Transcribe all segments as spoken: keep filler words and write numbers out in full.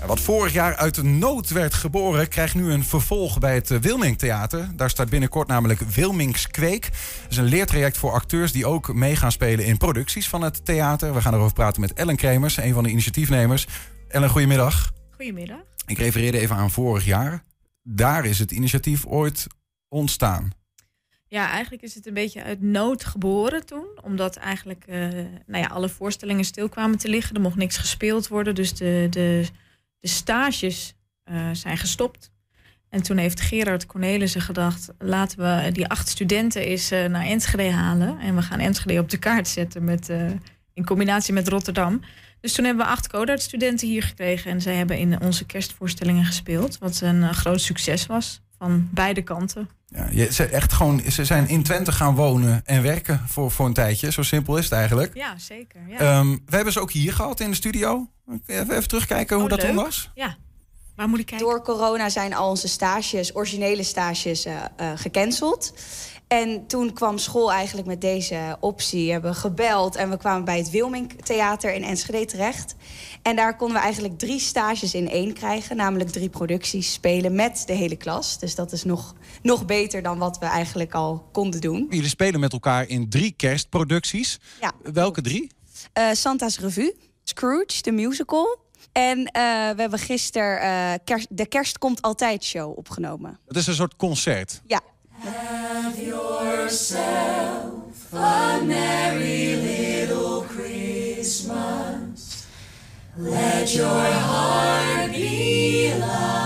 Wat vorig jaar uit de nood werd geboren, krijgt nu een vervolg bij het Wilming Theater. Daar start binnenkort namelijk Wilmings Kweek. Dat is een leertraject voor acteurs die ook mee gaan spelen in producties van het theater. We gaan erover praten met Ellen Kremers, een van de initiatiefnemers. Ellen, goedemiddag. Goedemiddag. Ik refereerde even aan vorig jaar. Daar is het initiatief ooit ontstaan. Ja, eigenlijk is het een beetje uit nood geboren toen. Omdat eigenlijk uh, nou ja, alle voorstellingen stil kwamen te liggen. Er mocht niks gespeeld worden. Dus de, de, de stages uh, zijn gestopt. En toen heeft Gerard Cornelissen gedacht... laten we die acht studenten eens uh, naar Enschede halen. En we gaan Enschede op de kaart zetten met, uh, in combinatie met Rotterdam. Dus toen hebben we acht Codarts-studenten hier gekregen. En zij hebben in onze kerstvoorstellingen gespeeld. Wat een uh, groot succes was. Van beide kanten. Ja, je, ze, echt gewoon, ze zijn in Twente gaan wonen en werken voor, voor een tijdje. Zo simpel is het eigenlijk. Ja, zeker. Ja. Um, we hebben ze ook hier gehad in de studio. Even, even terugkijken hoe oh, dat leuk. toen was. Ja. Waar moet ik kijken? Door corona zijn al onze stages, originele stages, uh, uh, gecanceld. En toen kwam school eigenlijk met deze optie. We hebben gebeld en we kwamen bij het Wilming Theater in Enschede terecht. En daar konden we eigenlijk drie stages in één krijgen. Namelijk drie producties spelen met de hele klas. Dus dat is nog, nog beter dan wat we eigenlijk al konden doen. Jullie spelen met elkaar in drie kerstproducties. Ja. Welke drie? Uh, Santa's Revue, Scrooge, de musical. En uh, we hebben gisteren uh, kerst, de Kerst komt altijd show opgenomen. Het is een soort concert. Ja. Have yourself a merry little Christmas. Let your heart be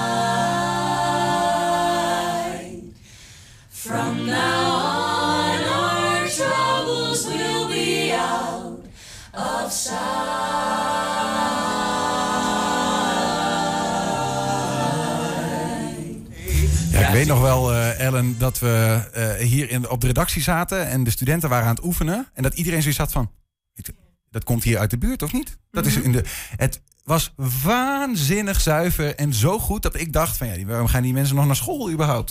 light. From now on our troubles will be out of sight. Ja, ik weet nog wel, uh, Ellen, dat we uh, hier in, op de redactie zaten en de studenten waren aan het oefenen. En dat iedereen zoiets had van, dat komt hier uit de buurt of niet? Dat is in de, het was waanzinnig zuiver en zo goed dat ik dacht van, ja, waarom gaan die mensen nog naar school überhaupt?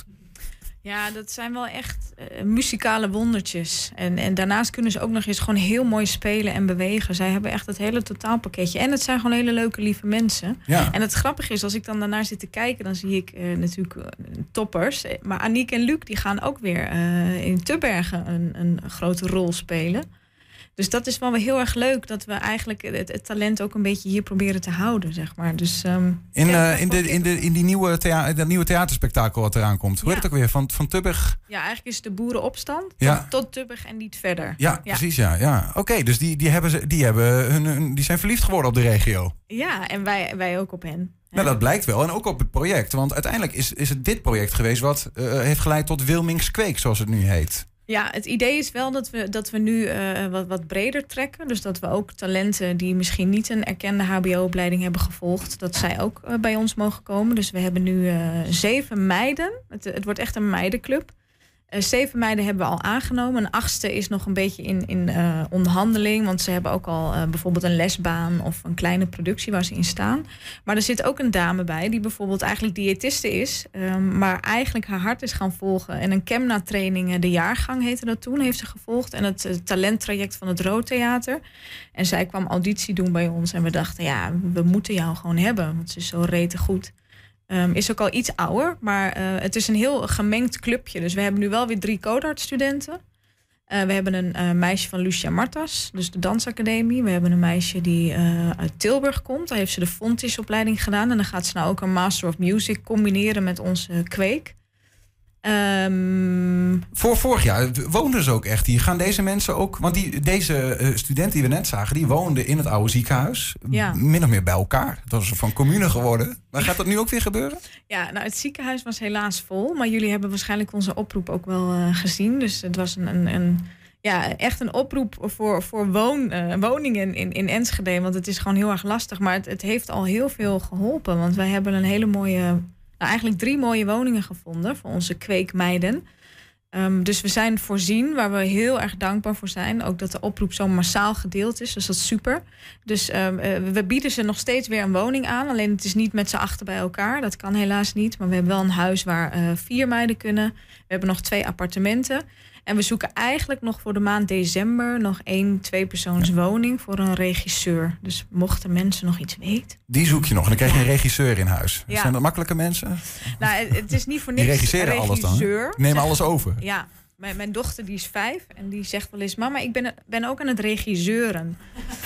Ja, dat zijn wel echt uh, muzikale wondertjes. En, en daarnaast kunnen ze ook nog eens gewoon heel mooi spelen en bewegen. Zij hebben echt het hele totaalpakketje. En het zijn gewoon hele leuke, lieve mensen. Ja. En het grappige is, als ik dan daarnaar zit te kijken... dan zie ik uh, natuurlijk uh, toppers. Maar Aniek en Luc die gaan ook weer uh, in Tubbergen een, een grote rol spelen. Dus dat is wel weer heel erg leuk dat we eigenlijk het, het talent ook een beetje hier proberen te houden, zeg maar. Dus, um, in, ja, uh, in, de, in, de, in die nieuwe, thea- dat nieuwe theaterspektakel wat eraan komt. Hoe ja. heet het ook weer? Van, van Tubbeg? Ja, eigenlijk is het de boerenopstand Ja. tot, tot Tubbeg en niet verder. Ja, Ja. precies. Ja, ja. Oké, okay, dus die, die, hebben ze, die, hebben hun, hun, die zijn verliefd geworden op de regio. Ja, en wij, wij ook op hen. Nou, dat blijkt wel. En ook op het project. Want uiteindelijk is, is het dit project geweest wat uh, heeft geleid tot Wilmings Kweek, zoals het nu heet. Ja, het idee is wel dat we, dat we nu uh, wat, wat breder trekken. Dus dat we ook talenten die misschien niet een erkende H B O-opleiding hebben gevolgd, dat zij ook uh, bij ons mogen komen. Dus we hebben nu uh, zeven meiden. Het, het wordt echt een meidenclub. Uh, zeven meiden hebben we al aangenomen. Een achtste is nog een beetje in, in uh, onderhandeling. Want ze hebben ook al uh, bijvoorbeeld een lesbaan of een kleine productie waar ze in staan. Maar er zit ook een dame bij die bijvoorbeeld eigenlijk diëtiste is. Um, maar eigenlijk haar hart is gaan volgen. En een Kemna-training, uh, de jaargang heette dat toen, heeft ze gevolgd. En het uh, talenttraject van het Rood Theater. En zij kwam auditie doen bij ons. En we dachten, ja, we moeten jou gewoon hebben. Want ze is zo rete goed. Um, is ook al iets ouder, maar uh, het is een heel gemengd clubje. Dus we hebben nu wel weer drie Codarts-studenten. Uh, we hebben een uh, meisje van Lucia Martas, dus de dansacademie. We hebben een meisje die uh, uit Tilburg komt. Daar heeft ze de Fontis-opleiding gedaan. En dan gaat ze nou ook een Master of Music combineren met onze Kweek. Um... Voor vorig jaar woonden ze ook echt hier. Gaan deze mensen ook... Want die, deze uh, studenten die we net zagen, die woonden in het oude ziekenhuis. Ja. Min of meer bij elkaar. Dat was van commune geworden. Maar gaat dat nu ook weer gebeuren? Ja, nou het ziekenhuis was helaas vol. Maar jullie hebben waarschijnlijk onze oproep ook wel uh, gezien. Dus het was een... een, een ja, echt een oproep voor, voor woon, uh, woningen in, in Enschede. Want het is gewoon heel erg lastig. Maar het, het heeft al heel veel geholpen. Want wij hebben een hele mooie... Nou, eigenlijk drie mooie woningen gevonden voor onze kweekmeiden. Um, dus we zijn voorzien, waar we heel erg dankbaar voor zijn. Ook dat de oproep zo massaal gedeeld is, dus dat is super. Dus um, uh, we bieden ze nog steeds weer een woning aan. Alleen het is niet met z'n achter bij elkaar. Dat kan helaas niet. Maar we hebben wel een huis waar uh, vier meiden kunnen. We hebben nog twee appartementen. En we zoeken eigenlijk nog voor de maand december nog één, twee persoonswoning voor een regisseur. Dus mochten mensen nog iets weten. Die zoek je nog en dan krijg je een regisseur in huis. Ja. Zijn dat makkelijke mensen? Nou, het, het is niet voor Die niks regisseren alles dan. regisseur. Neem Zeg- alles over. Ja, mijn, mijn dochter die is vijf en die zegt wel eens... Mama, ik ben, ben ook aan het regisseuren.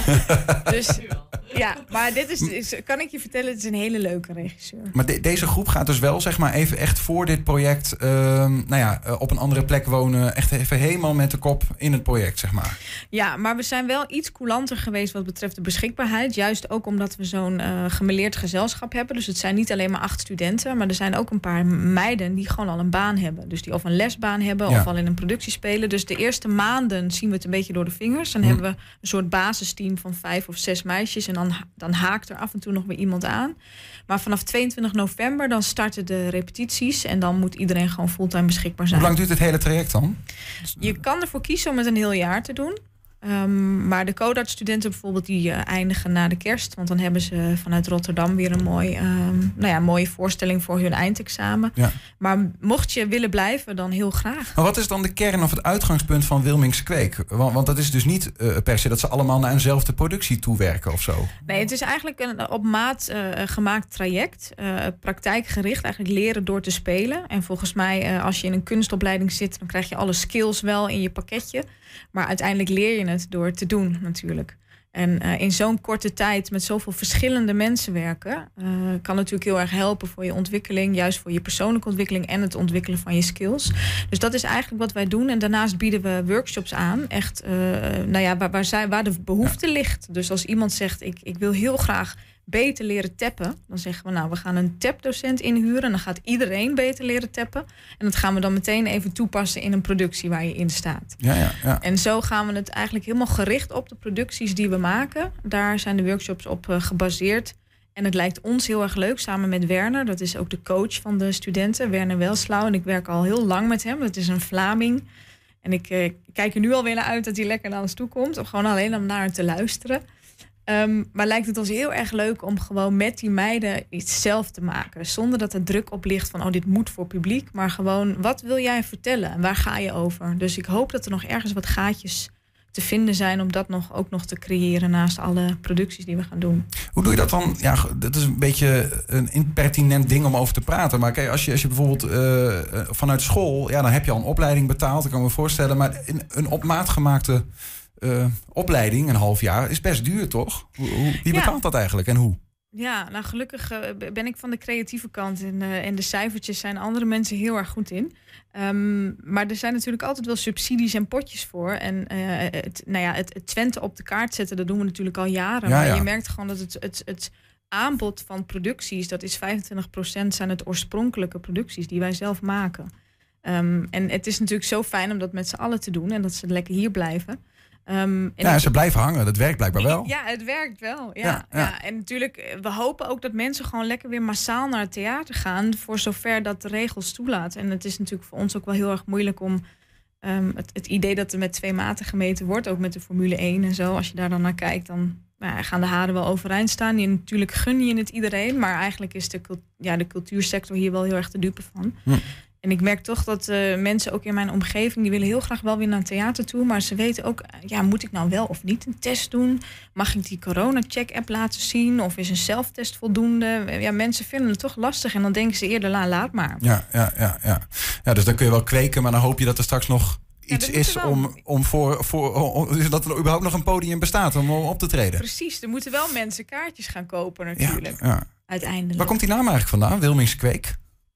Dus ja, maar dit is, is, kan ik je vertellen, het is een hele leuke regisseur. Maar de- deze groep gaat dus wel zeg maar even echt voor dit project... ehm, nou ja, uh, op een andere plek wonen. Echt even helemaal met de kop in het project, zeg maar. Ja, maar we zijn wel iets coulanter geweest wat betreft de beschikbaarheid. Juist ook omdat we zo'n uh, gemêleerd gezelschap hebben. Dus het zijn niet alleen maar acht studenten... maar er zijn ook een paar meiden die gewoon al een baan hebben. Dus die of een lesbaan hebben Ja. of al in een productie spelen. Dus de eerste maanden zien we het een beetje door de vingers. Dan Hm. hebben we een soort basisteam van vijf of zes meisjes... en dan, dan haakt er af en toe nog weer iemand aan. Maar vanaf tweeëntwintig november dan starten de repetities... en dan moet iedereen gewoon fulltime beschikbaar zijn. Hoe lang duurt het hele traject dan? Je kan ervoor kiezen om het een heel jaar te doen. Um, maar de Codarts-studenten bijvoorbeeld, die uh, eindigen na de kerst. Want dan hebben ze vanuit Rotterdam weer een mooi, um, nou ja, mooie voorstelling voor hun eindexamen. Ja. Maar mocht je willen blijven, dan heel graag. Maar wat is dan de kern of het uitgangspunt van Wilmingse Kweek? Want, want dat is dus niet uh, per se dat ze allemaal naar eenzelfde productie toewerken of zo. Nee, het is eigenlijk een op maat uh, gemaakt traject. Uh, praktijkgericht, eigenlijk leren door te spelen. En volgens mij, uh, als je in een kunstopleiding zit... dan krijg je alle skills wel in je pakketje. Maar uiteindelijk leer je het door te doen natuurlijk. En uh, in zo'n korte tijd met zoveel verschillende mensen werken... Uh, kan natuurlijk heel erg helpen voor je ontwikkeling... juist voor je persoonlijke ontwikkeling en het ontwikkelen van je skills. Dus dat is eigenlijk wat wij doen. En daarnaast bieden we workshops aan, echt, uh, nou ja, waar, waar, zij, waar de behoefte ja. ligt. Dus als iemand zegt, ik, ik wil heel graag beter leren tappen... dan zeggen we, nou, we gaan een tapdocent inhuren... en dan gaat iedereen beter leren tappen. En dat gaan we dan meteen even toepassen in een productie waar je in staat. Ja, ja, ja. En zo gaan we het eigenlijk helemaal gericht op de producties die we maken. Daar zijn de workshops op uh, gebaseerd. En het lijkt ons heel erg leuk, samen met Werner. Dat is ook de coach van de studenten, Werner Welslau. En ik werk al heel lang met hem. Dat is een Vlaming. En ik uh, kijk er nu alweer naar uit dat hij lekker naar ons toe komt. Of gewoon alleen om naar hem te luisteren. Um, maar lijkt het ons heel erg leuk om gewoon met die meiden iets zelf te maken. Zonder dat er druk op ligt van, oh, dit moet voor publiek. Maar gewoon, wat wil jij vertellen? En waar ga je over? Dus ik hoop dat er nog ergens wat gaatjes te vinden zijn... om dat nog, ook nog te creëren naast alle producties die we gaan doen. Hoe doe je dat dan? Ja, dat is een beetje een impertinent ding om over te praten. Maar kijk, als je, als je bijvoorbeeld uh, vanuit school... ja, dan heb je al een opleiding betaald, dat kan ik me voorstellen. Maar een, een op maat gemaakte... Uh, opleiding, een half jaar, is best duur, toch? Hoe, hoe, wie betaalt ja. dat eigenlijk en hoe? Ja, nou gelukkig uh, ben ik van de creatieve kant... En, uh, en de cijfertjes zijn andere mensen heel erg goed in. Um, maar er zijn natuurlijk altijd wel subsidies en potjes voor. En uh, het, nou ja, het, het Twente op de kaart zetten, dat doen we natuurlijk al jaren. Ja, maar ja. je merkt gewoon dat het, het, het aanbod van producties... dat is vijfentwintig procent zijn het oorspronkelijke producties die wij zelf maken. Um, en het is natuurlijk zo fijn om dat met z'n allen te doen... en dat ze lekker hier blijven... Um, en ja, ze blijven hangen. Dat werkt blijkbaar wel. Ja, het werkt wel. Ja, ja, ja. ja. En natuurlijk, we hopen ook dat mensen gewoon lekker weer massaal naar het theater gaan... voor zover dat de regels toelaten. En het is natuurlijk voor ons ook wel heel erg moeilijk om... Um, het, het idee dat er met twee maten gemeten wordt, ook met de Formule één en zo... als je daar dan naar kijkt, dan nou, gaan de haren wel overeind staan. En natuurlijk gun je het iedereen... maar eigenlijk is de, ja, de cultuursector hier wel heel erg de dupe van... Hm. En ik merk toch dat uh, mensen ook in mijn omgeving... die willen heel graag wel weer naar het theater toe... maar ze weten ook, ja, moet ik nou wel of niet een test doen? Mag ik die corona-check-app laten zien? Of is een zelftest voldoende? Ja, mensen vinden het toch lastig... en dan denken ze eerder, la, laat maar. Ja, ja, ja, ja. ja, dus dan kun je wel kweken... maar dan hoop je dat er straks nog iets ja, is om, om voor... voor om, dat er überhaupt nog een podium bestaat om op te treden. Precies, er moeten wel mensen kaartjes gaan kopen natuurlijk. Ja, ja. Uiteindelijk. Waar komt die naam eigenlijk vandaan, Wilmingse Kweek?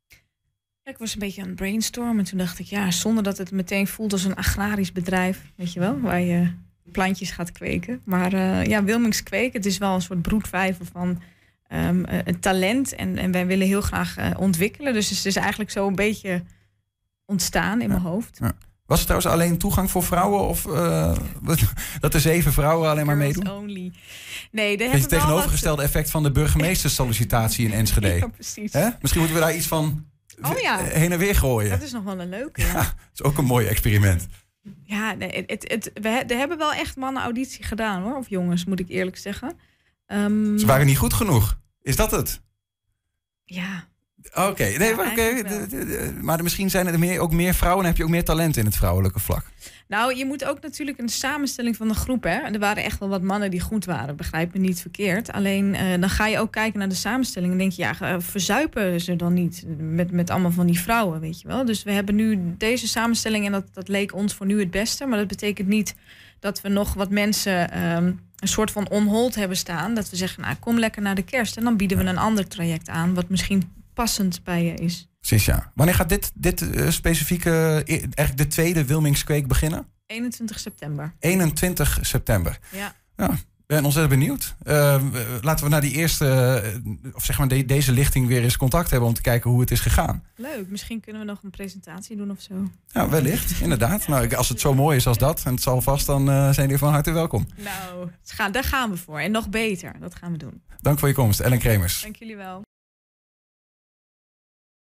Ja, ik was een beetje aan het brainstormen en toen dacht ik... ja, zonder dat het meteen voelt als een agrarisch bedrijf... weet je wel, waar je plantjes gaat kweken. Maar uh, ja, Wilmingse Kweek, het is wel een soort broedvijver van um, uh, een talent... En, en wij willen heel graag uh, ontwikkelen. Dus het is eigenlijk zo een beetje ontstaan in ja, mijn hoofd. Ja. Was het trouwens alleen toegang voor vrouwen? Of uh, dat de zeven vrouwen alleen maar meedoen? Only. Nee, dat is het tegenovergestelde wat... effect van de burgemeesterssollicitatie in Enschede. Ja, precies. Hè? Misschien moeten we daar iets van... Oh ja. heen en weer gooien. Dat is nog wel een leuke. Ja, ja dat is ook een mooi experiment. Ja, nee, het, het, het, we he, hebben wel echt mannen auditie gedaan, hoor. Of jongens, moet ik eerlijk zeggen. Um, Ze waren niet goed genoeg. Is dat het? Ja. Oké, nee, Ja, maar, oké, eigenlijk de- de- de- maar misschien zijn er meer, ook meer vrouwen en heb je ook meer talent in het vrouwelijke vlak. Nou, je moet ook natuurlijk een samenstelling van de groep. Hè? En er waren echt wel wat mannen die goed waren. Begrijp me niet verkeerd. Alleen eh, dan ga je ook kijken naar de samenstelling. En denk je, ja, eh, verzuipen ze dan niet met, met allemaal van die vrouwen, weet je wel. Dus we hebben nu deze samenstelling en dat, dat leek ons voor nu het beste. Maar dat betekent niet dat we nog wat mensen ehm, een soort van on hold hebben staan. Dat we zeggen, nou, kom lekker naar de kerst. En dan bieden we een ander traject aan wat misschien passend bij je is. Precies, ja. Wanneer gaat dit, dit uh, specifieke, uh, eigenlijk de tweede Wilmingskweek beginnen? eenentwintig september. eenentwintig september. Ja. Ja, ik ben ontzettend benieuwd. Uh, laten we naar die eerste, uh, of zeg maar de, deze lichting weer eens contact hebben om te kijken hoe het is gegaan. Leuk, misschien kunnen we nog een presentatie doen of zo. Ja, wellicht, inderdaad. Nou, ik- als het zo mooi is als dat, en het zal vast, dan uh, zijn jullie van harte welkom. Nou, daar gaan we voor. En nog beter, dat gaan we doen. Dank voor je komst, Ellen Kremers. Dank jullie wel.